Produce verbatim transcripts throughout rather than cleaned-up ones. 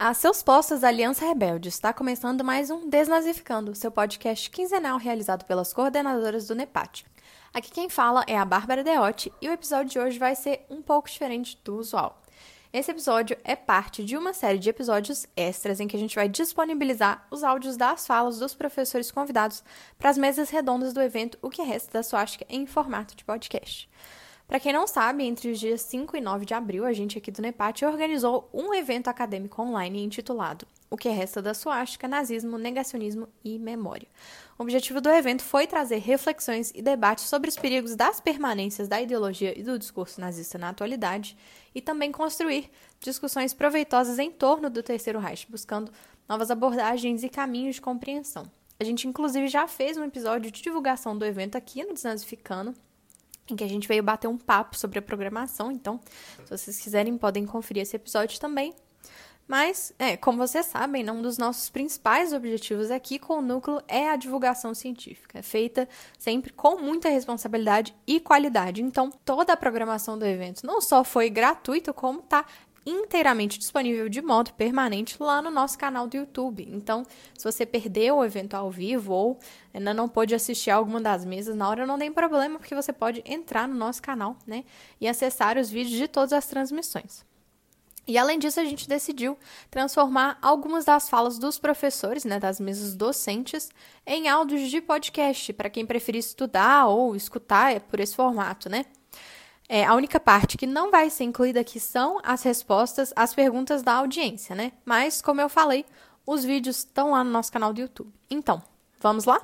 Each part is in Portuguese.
A seus postos, Aliança Rebelde, está começando mais um Desnazificando, seu podcast quinzenal realizado pelas coordenadoras do NEPAT. Aqui quem fala é a Bárbara Deotti e o episódio de hoje vai ser um pouco diferente do usual. Esse episódio é parte de uma série de episódios extras em que a gente vai disponibilizar os áudios das falas dos professores convidados para as mesas redondas do evento O que Resta da Suástica em formato de podcast. Para quem não sabe, entre os dias cinco e nove de abril, a gente aqui do NEPAT organizou um evento acadêmico online intitulado O que Resta da Suástica, Nazismo, Negacionismo e Memória. O objetivo do evento foi trazer reflexões e debates sobre os perigos das permanências da ideologia e do discurso nazista na atualidade e também construir discussões proveitosas em torno do Terceiro Reich, buscando novas abordagens e caminhos de compreensão. A gente, inclusive, já fez um episódio de divulgação do evento aqui no Desnazificando, em que a gente veio bater um papo sobre a programação, então, se vocês quiserem, podem conferir esse episódio também. Mas, é, como vocês sabem, né, um dos nossos principais objetivos aqui com o Núcleo é a divulgação científica, feita sempre com muita responsabilidade e qualidade. Então, toda a programação do evento não só foi gratuita, como está inteiramente disponível de modo permanente lá no nosso canal do YouTube. Então, se você perdeu o evento ao vivo ou ainda não pôde assistir a alguma das mesas na hora, não tem problema, porque você pode entrar no nosso canal, né, e acessar os vídeos de todas as transmissões. E além disso, a gente decidiu transformar algumas das falas dos professores, né, das mesas docentes, em áudios de podcast, para quem preferir estudar ou escutar por esse formato, né? É, a única parte que não vai ser incluída aqui são as respostas às perguntas da audiência, né? Mas, como eu falei, os vídeos estão lá no nosso canal do YouTube. Então, vamos lá?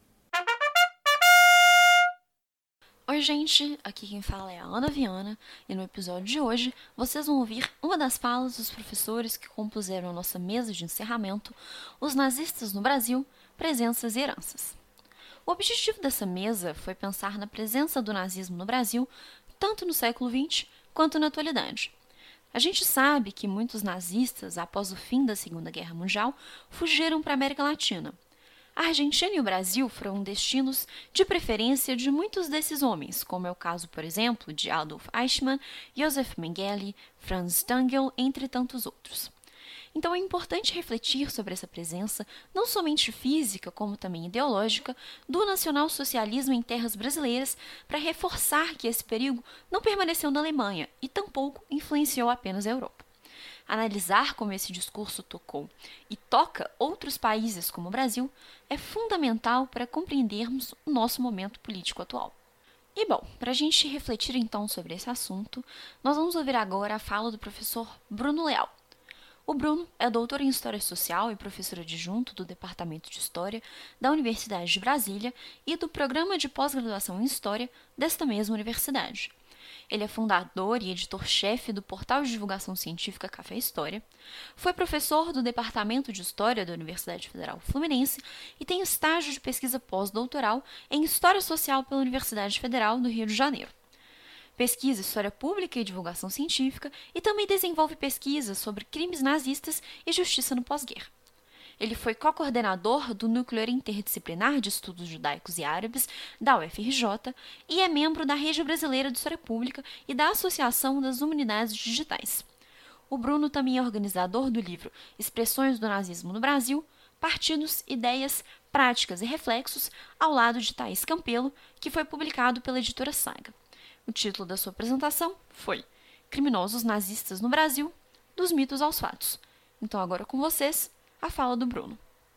Oi gente, aqui quem fala é a Ana Viana e no episódio de hoje vocês vão ouvir uma das falas dos professores que compuseram a nossa mesa de encerramento, Os Nazistas no Brasil, Presenças e Heranças. O objetivo dessa mesa foi pensar na presença do nazismo no Brasil, tanto no século vinte quanto na atualidade. A gente sabe que muitos nazistas, após o fim da Segunda Guerra Mundial, fugiram para a América Latina. A Argentina e o Brasil foram destinos de preferência de muitos desses homens, como é o caso, por exemplo, de Adolf Eichmann, Joseph Mengele, Franz Stangl, entre tantos outros. Então é importante refletir sobre essa presença, não somente física, como também ideológica, do nacionalsocialismo em terras brasileiras, para reforçar que esse perigo não permaneceu na Alemanha e tampouco influenciou apenas a Europa. Analisar como esse discurso tocou e toca outros países como o Brasil é fundamental para compreendermos o nosso momento político atual. E bom, para a gente refletir então sobre esse assunto, nós vamos ouvir agora a fala do professor Bruno Leal. O Bruno é doutor em História Social e professor adjunto do Departamento de História da Universidade de Brasília e do Programa de Pós-Graduação em História desta mesma universidade. Ele é fundador e editor-chefe do portal de divulgação científica Café História, foi professor do Departamento de História da Universidade Federal Fluminense e tem estágio de pesquisa pós-doutoral em História Social pela Universidade Federal do Rio de Janeiro. Pesquisa História Pública e Divulgação Científica e também desenvolve pesquisas sobre crimes nazistas e justiça no pós-guerra. Ele foi co-coordenador do Núcleo Interdisciplinar de Estudos Judaicos e Árabes da U F R J e é membro da Rede Brasileira de História Pública e da Associação das Humanidades Digitais. O Bruno também é organizador do livro Expressões do Nazismo no Brasil, Partidos, Ideias, Práticas e Reflexos, ao lado de Thaís Campelo, que foi publicado pela editora Saga. O título da sua apresentação foi Criminosos Nazistas no Brasil, dos mitos aos fatos. Então agora com vocês, a fala do Bruno.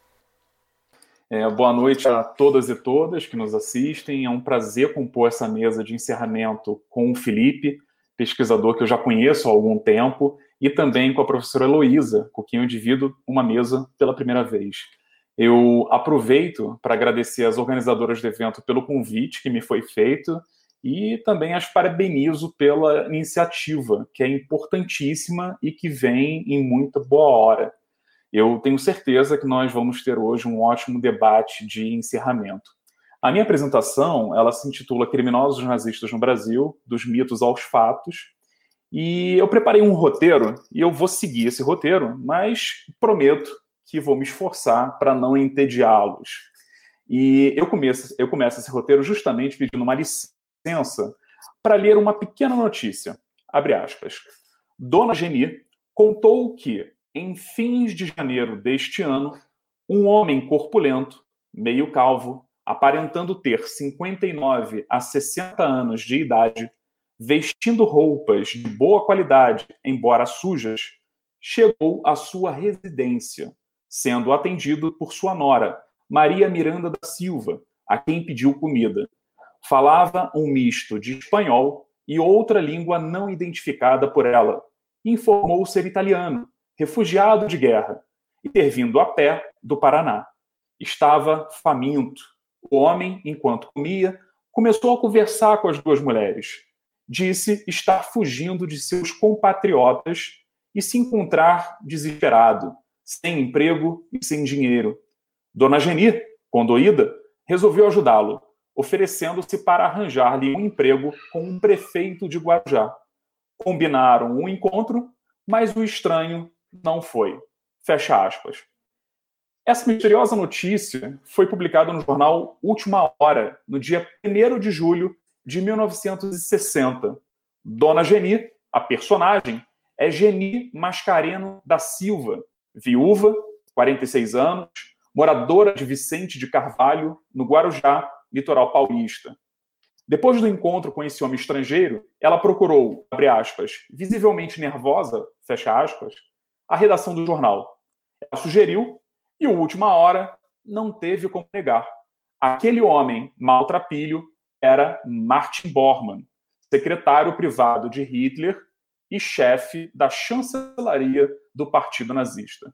É, boa noite a todas e todas que nos assistem. É um prazer compor essa mesa de encerramento com o Felipe, pesquisador que eu já conheço há algum tempo, e também com a professora Heloísa, com quem eu divido uma mesa pela primeira vez. Eu aproveito para agradecer às organizadoras do evento pelo convite que me foi feito e também as parabenizo pela iniciativa, que é importantíssima e que vem em muita boa hora. Eu tenho certeza que nós vamos ter hoje um ótimo debate de encerramento. A minha apresentação, ela se intitula Criminosos Nazistas no Brasil, dos mitos aos fatos, e eu preparei um roteiro, e eu vou seguir esse roteiro, mas prometo que vou me esforçar para não entediá-los. E eu começo, eu começo esse roteiro justamente pedindo uma licença para ler uma pequena notícia. Abre aspas. Dona Geni contou que, em fins de janeiro deste ano, um homem corpulento, meio calvo, aparentando ter cinquenta e nove a sessenta anos de idade, vestindo roupas de boa qualidade, embora sujas, chegou à sua residência, sendo atendido por sua nora, Maria Miranda da Silva, a quem pediu comida. Falava um misto de espanhol e outra língua não identificada por ela. Informou ser italiano, refugiado de guerra, e ter vindo a pé do Paraná. Estava faminto. O homem, enquanto comia, começou a conversar com as duas mulheres. Disse estar fugindo de seus compatriotas e se encontrar desesperado, sem emprego e sem dinheiro. Dona Geni, condoída, resolveu ajudá-lo, oferecendo-se para arranjar-lhe um emprego com um prefeito de Guarujá. Combinaram um encontro, mas o estranho não foi. Fecha aspas. Essa misteriosa notícia foi publicada no jornal Última Hora, no dia primeiro de julho de mil novecentos e sessenta. Dona Geni, a personagem, é Geni Mascareno da Silva, viúva, quarenta e seis anos, moradora de Vicente de Carvalho, no Guarujá, litoral paulista. Depois do encontro com esse homem estrangeiro, ela procurou, abre aspas, visivelmente nervosa, fecha aspas, a redação do jornal. Ela sugeriu, e o Última Hora não teve como negar. Aquele homem maltrapilho era Martin Bormann, secretário privado de Hitler e chefe da chancelaria do Partido Nazista.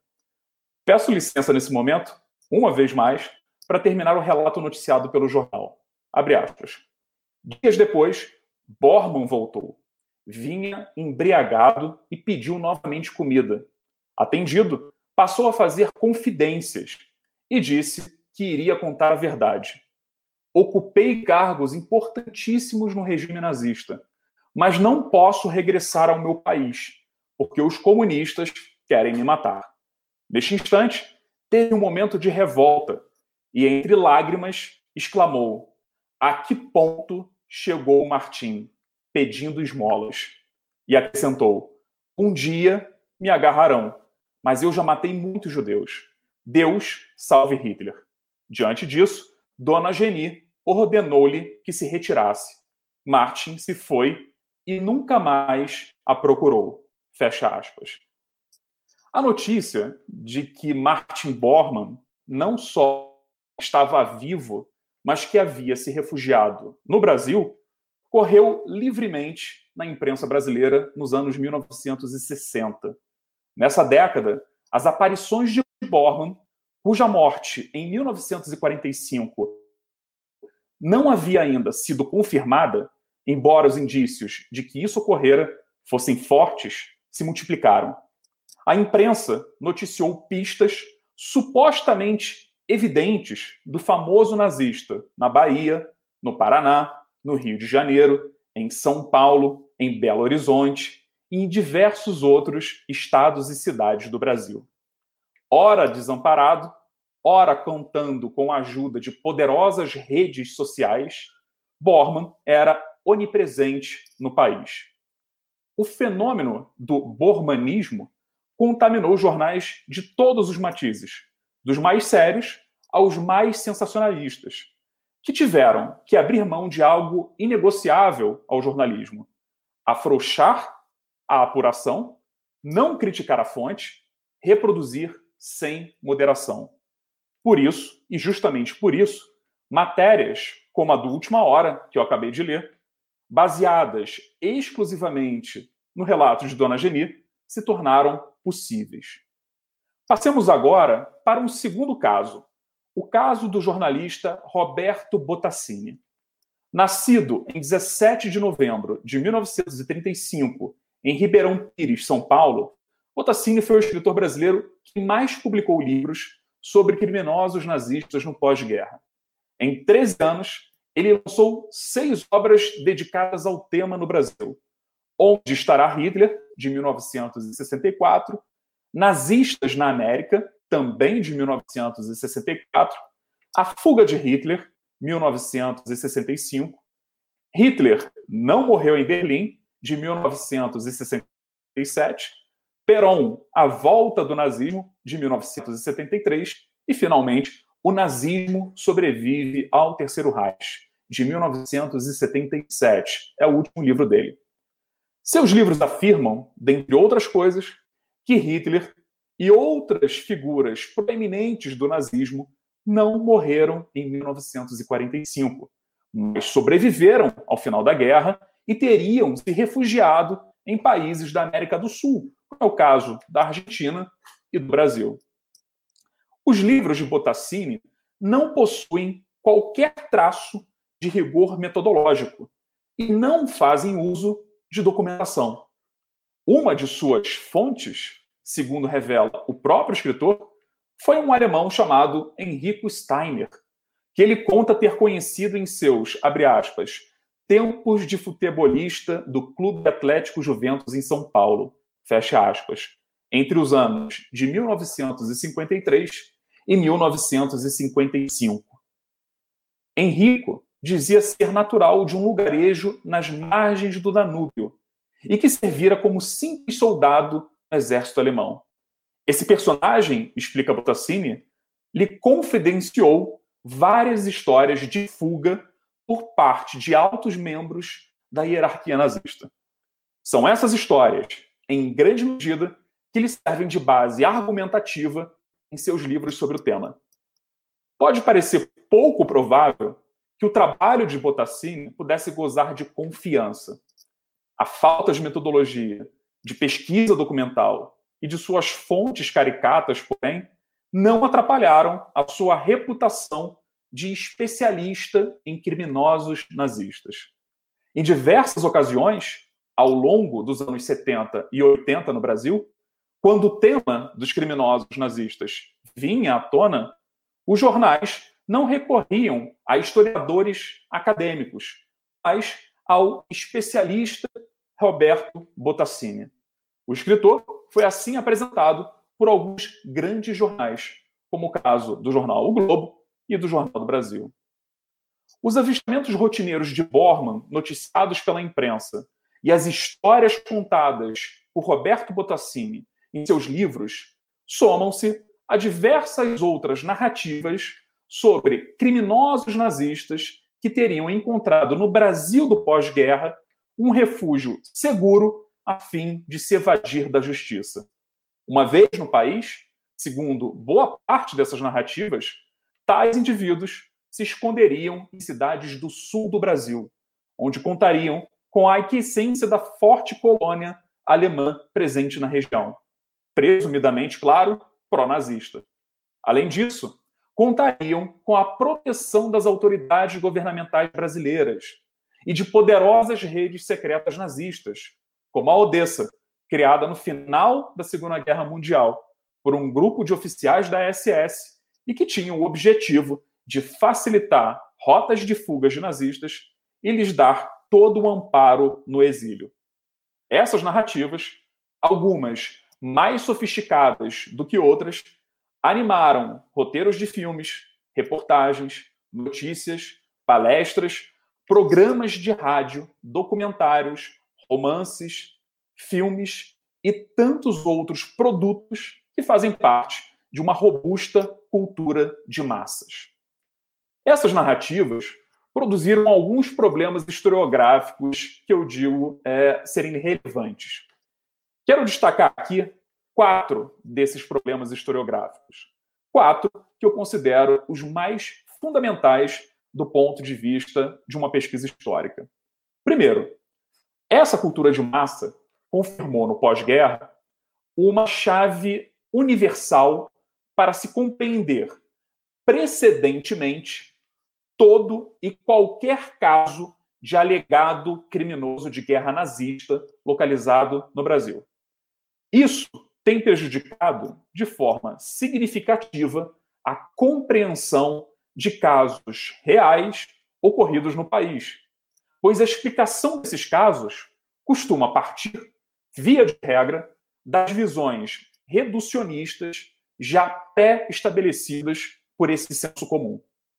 Peço licença nesse momento, uma vez mais, para terminar o relato noticiado pelo jornal. Abre aspas. Dias depois, Bormann voltou. Vinha embriagado e pediu novamente comida. Atendido, passou a fazer confidências e disse que iria contar a verdade. Ocupei cargos importantíssimos no regime nazista, mas não posso regressar ao meu país, porque os comunistas querem me matar. Neste instante, teve um momento de revolta e, entre lágrimas, exclamou: a que ponto chegou Martim, pedindo esmolas? E acrescentou: um dia me agarrarão, mas eu já matei muitos judeus. Deus salve Hitler. Diante disso, Dona Geni ordenou-lhe que se retirasse. Martin se foi e nunca mais a procurou. Fecha aspas. A notícia de que Martin Bormann não só estava vivo, mas que havia se refugiado no Brasil, correu livremente na imprensa brasileira nos anos mil novecentos e sessenta. Nessa década, as aparições de Bormann, cuja morte em mil novecentos e quarenta e cinco não havia ainda sido confirmada, embora os indícios de que isso ocorrera fossem fortes, se multiplicaram. A imprensa noticiou pistas supostamente evidentes do famoso nazista na Bahia, no Paraná, no Rio de Janeiro, em São Paulo, em Belo Horizonte e em diversos outros estados e cidades do Brasil. Ora desamparado, ora contando com a ajuda de poderosas redes sociais, Bormann era onipresente no país. O fenômeno do bormanismo contaminou jornais de todos os matizes, dos mais sérios aos mais sensacionalistas, que tiveram que abrir mão de algo inegociável ao jornalismo: afrouxar a apuração, não criticar a fonte, reproduzir sem moderação. Por isso, e justamente por isso, matérias como a do Última Hora, que eu acabei de ler, baseadas exclusivamente no relato de Dona Geni, se tornaram possíveis. Passemos agora para um segundo caso, o caso do jornalista Roberto Bottassini. Nascido em dezessete de novembro de mil novecentos e trinta e cinco, em Ribeirão Pires, São Paulo, Bottassini foi o escritor brasileiro que mais publicou livros sobre criminosos nazistas no pós-guerra. Em treze anos, ele lançou seis obras dedicadas ao tema no Brasil: Onde Estará Hitler, de mil novecentos e sessenta e quatro, Nazistas na América, também de mil novecentos e sessenta e quatro, A Fuga de Hitler, mil novecentos e sessenta e cinco, Hitler Não Morreu em Berlim, de mil novecentos e sessenta e sete, Perón, A Volta do Nazismo, de mil novecentos e setenta e três, e, finalmente, O Nazismo Sobrevive ao Terceiro Reich, de mil novecentos e setenta e sete. É o último livro dele. Seus livros afirmam, dentre outras coisas, que Hitler e outras figuras proeminentes do nazismo não morreram em mil novecentos e quarenta e cinco, mas sobreviveram ao final da guerra e teriam se refugiado em países da América do Sul, como é o caso da Argentina e do Brasil. Os livros de Bottazzini não possuem qualquer traço de rigor metodológico e não fazem uso de documentação. Uma de suas fontes, segundo revela o próprio escritor, foi um alemão chamado Enrico Steiner, que ele conta ter conhecido em seus, abre aspas, tempos de futebolista do Clube Atlético Juventus em São Paulo, fecha aspas, entre os anos de mil novecentos e cinquenta e três e mil novecentos e cinquenta e cinco. Enrico dizia ser natural de um lugarejo nas margens do Danúbio e que servira como simples soldado no exército alemão. Esse personagem, explica Bottazzini, lhe confidenciou várias histórias de fuga por parte de altos membros da hierarquia nazista. São essas histórias, em grande medida, que lhe servem de base argumentativa em seus livros sobre o tema. Pode parecer pouco provável que o trabalho de Bottazzini pudesse gozar de confiança. A falta de metodologia, de pesquisa documental e de suas fontes caricatas, porém, não atrapalharam a sua reputação de especialista em criminosos nazistas. Em diversas ocasiões, ao longo dos anos setenta e oitenta no Brasil, quando o tema dos criminosos nazistas vinha à tona, os jornais não recorriam a historiadores acadêmicos, mas ao especialista Roberto Bottazzini. O escritor foi assim apresentado por alguns grandes jornais, como o caso do jornal O Globo e do Jornal do Brasil. Os avistamentos rotineiros de Bormann, noticiados pela imprensa, e as histórias contadas por Roberto Bottazzini em seus livros somam-se a diversas outras narrativas sobre criminosos nazistas que teriam encontrado no Brasil do pós-guerra um refúgio seguro a fim de se evadir da justiça. Uma vez no país, segundo boa parte dessas narrativas, tais indivíduos se esconderiam em cidades do sul do Brasil, onde contariam com a aquiescência da forte colônia alemã presente na região, presumidamente, claro, pró-nazista. Além disso, contariam com a proteção das autoridades governamentais brasileiras e de poderosas redes secretas nazistas, como a Odessa, criada no final da Segunda Guerra Mundial por um grupo de oficiais da S S e que tinha o objetivo de facilitar rotas de fugas de nazistas e lhes dar todo o amparo no exílio. Essas narrativas, algumas mais sofisticadas do que outras, animaram roteiros de filmes, reportagens, notícias, palestras, programas de rádio, documentários, romances, filmes e tantos outros produtos que fazem parte de uma robusta cultura de massas. Essas narrativas produziram alguns problemas historiográficos que eu digo é, serem relevantes. Quero destacar aqui quatro desses problemas historiográficos. Quatro que eu considero os mais fundamentais do ponto de vista de uma pesquisa histórica. Primeiro, essa cultura de massa confirmou no pós-guerra uma chave universal para se compreender precedentemente todo e qualquer caso de alegado criminoso de guerra nazista localizado no Brasil. Isso tem prejudicado de forma significativa a compreensão de casos reais ocorridos no país, pois a explicação desses casos costuma partir, via de regra, das visões reducionistas já pré-estabelecidas por esse senso comum.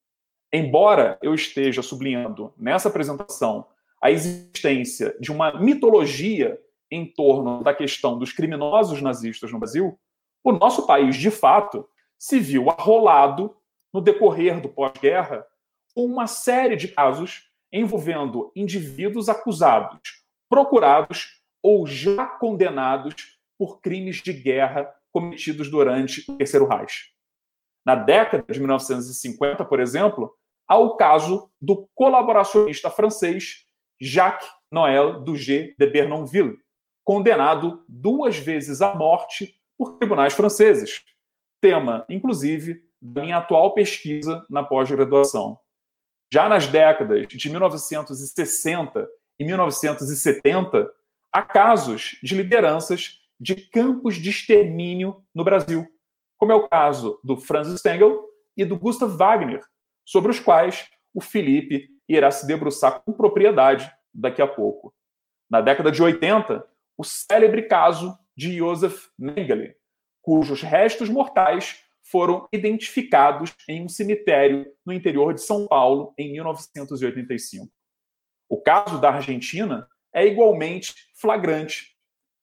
Embora eu esteja sublinhando nessa apresentação a existência de uma mitologia em torno da questão dos criminosos nazistas no Brasil, o nosso país, de fato, se viu arrolado no decorrer do pós-guerra com uma série de casos envolvendo indivíduos acusados, procurados ou já condenados por crimes de guerra cometidos durante o Terceiro Reich. Na década de mil novecentos e cinquenta, por exemplo, há o caso do colaboracionista francês Jacques Noël Duguay de Bernonville, condenado duas vezes à morte por tribunais franceses, tema, inclusive, da minha atual pesquisa na pós-graduação. Já nas décadas de mil novecentos e sessenta e mil novecentos e setenta, há casos de lideranças de campos de extermínio no Brasil, como é o caso do Franz Stengel e do Gustav Wagner, sobre os quais o Felipe irá se debruçar com propriedade daqui a pouco. Na década de oitenta, o célebre caso de Josef Mengele, cujos restos mortais foram identificados em um cemitério no interior de São Paulo em mil novecentos e oitenta e cinco. O caso da Argentina é igualmente flagrante.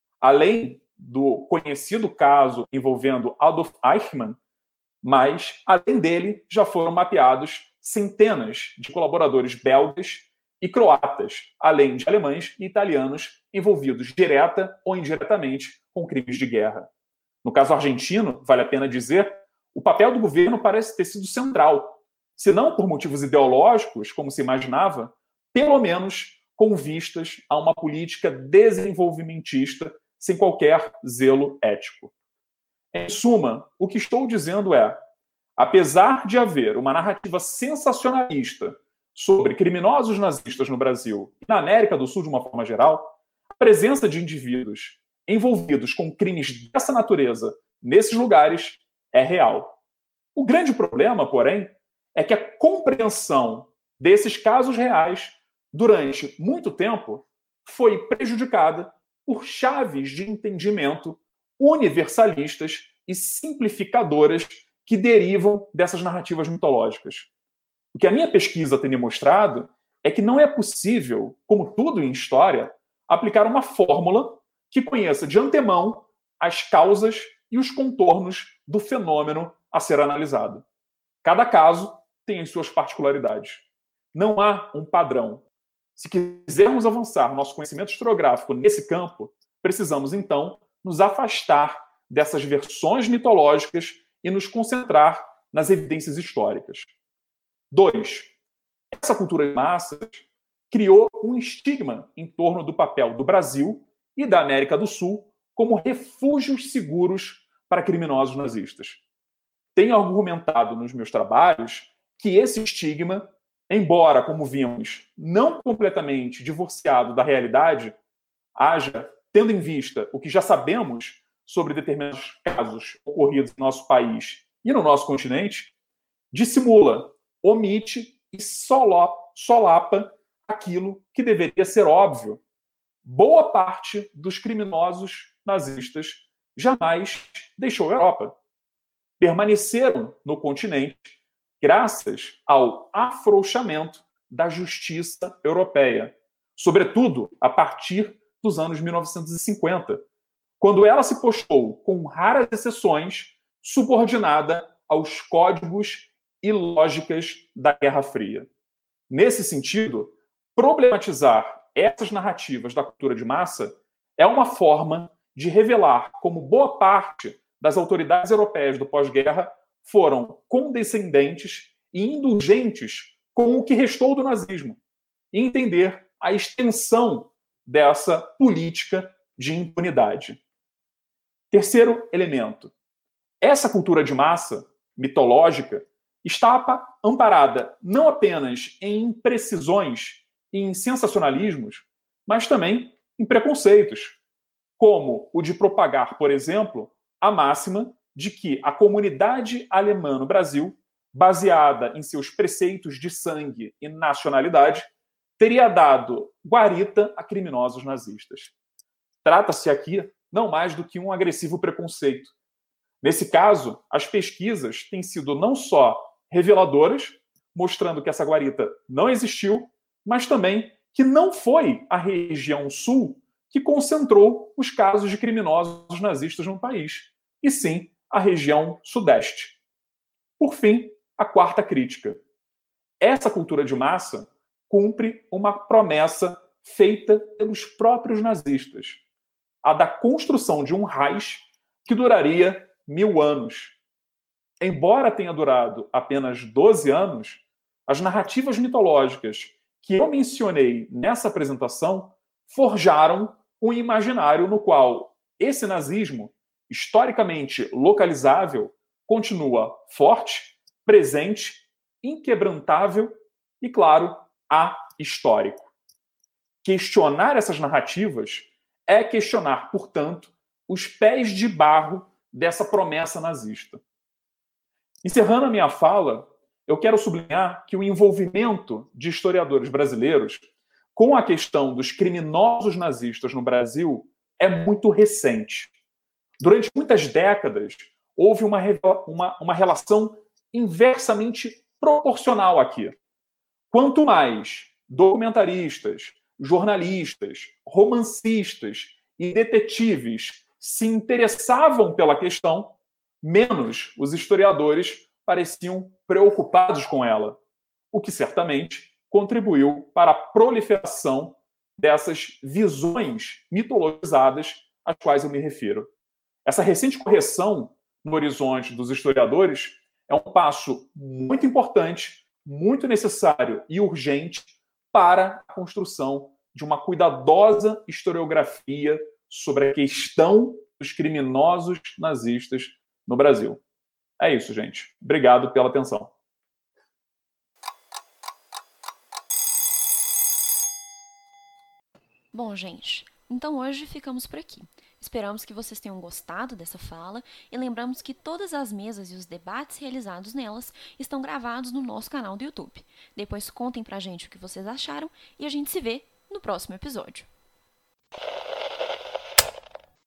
Além do conhecido caso envolvendo Adolf Eichmann, mas, além dele, já foram mapeados centenas de colaboradores belgas e croatas, além de alemães e italianos envolvidos direta ou indiretamente com crimes de guerra. No caso argentino, vale a pena dizer, o papel do governo parece ter sido central, se não por motivos ideológicos, como se imaginava, pelo menos com vistas a uma política desenvolvimentista sem qualquer zelo ético. Em suma, o que estou dizendo é, apesar de haver uma narrativa sensacionalista sobre criminosos nazistas no Brasil e na América do Sul de uma forma geral, a presença de indivíduos envolvidos com crimes dessa natureza nesses lugares é real. O grande problema, porém, é que a compreensão desses casos reais, durante muito tempo, foi prejudicada por chaves de entendimento universalistas e simplificadoras que derivam dessas narrativas mitológicas. O que a minha pesquisa tem demonstrado é que não é possível, como tudo em história, aplicar uma fórmula que conheça de antemão as causas e os contornos do fenômeno a ser analisado. Cada caso tem as suas particularidades. Não há um padrão. Se quisermos avançar nosso conhecimento historiográfico nesse campo, precisamos, então, nos afastar dessas versões mitológicas e nos concentrar nas evidências históricas. Dois, essa cultura de massas criou um estigma em torno do papel do Brasil e da América do Sul como refúgios seguros para criminosos nazistas. Tenho argumentado nos meus trabalhos que esse estigma, embora, como vimos, não completamente divorciado da realidade, haja, tendo em vista o que já sabemos sobre determinados casos ocorridos em nosso país e no nosso continente, dissimula, omite e solapa aquilo que deveria ser óbvio. Boa parte dos criminosos nazistas jamais deixou a Europa. Permaneceram no continente graças ao afrouxamento da justiça europeia, sobretudo a partir dos anos mil novecentos e cinquenta, quando ela se postou, com raras exceções, subordinada aos códigos e lógicas da Guerra Fria. Nesse sentido, problematizar essas narrativas da cultura de massa é uma forma de revelar como boa parte das autoridades europeias do pós-guerra foram condescendentes e indulgentes com o que restou do nazismo, e entender a extensão dessa política de impunidade. Terceiro elemento. Essa cultura de massa, mitológica, está amparada não apenas em imprecisões e em sensacionalismos, mas também em preconceitos, como o de propagar, por exemplo, a máxima de que a comunidade alemã no Brasil, baseada em seus preceitos de sangue e nacionalidade, teria dado guarita a criminosos nazistas. Trata-se aqui não mais do que um agressivo preconceito. Nesse caso, as pesquisas têm sido não só reveladoras, mostrando que essa guarita não existiu, mas também que não foi a região sul que concentrou os casos de criminosos nazistas no país, e sim a região sudeste. Por fim, a quarta crítica. Essa cultura de massa cumpre uma promessa feita pelos próprios nazistas, a da construção de um Reich que duraria mil anos. Embora tenha durado apenas doze anos, as narrativas mitológicas que eu mencionei nessa apresentação forjaram um imaginário no qual esse nazismo, historicamente localizável, continua forte, presente, inquebrantável e, claro, ahistórico. Questionar essas narrativas é questionar, portanto, os pés de barro dessa promessa nazista. Encerrando a minha fala, eu quero sublinhar que o envolvimento de historiadores brasileiros com a questão dos criminosos nazistas no Brasil é muito recente. Durante muitas décadas, houve uma, uma, uma relação inversamente proporcional aqui. Quanto mais documentaristas, jornalistas, romancistas e detetives se interessavam pela questão, menos os historiadores pareciam preocupados com ela, o que certamente contribuiu para a proliferação dessas visões mitologizadas às quais eu me refiro. Essa recente correção no horizonte dos historiadores é um passo muito importante, muito necessário e urgente para a construção de uma cuidadosa historiografia sobre a questão dos criminosos nazistas no Brasil. É isso, gente. Obrigado pela atenção. Bom, gente, então hoje ficamos por aqui. Esperamos que vocês tenham gostado dessa fala e lembramos que todas as mesas e os debates realizados nelas estão gravados no nosso canal do YouTube. Depois contem pra gente o que vocês acharam e a gente se vê no próximo episódio.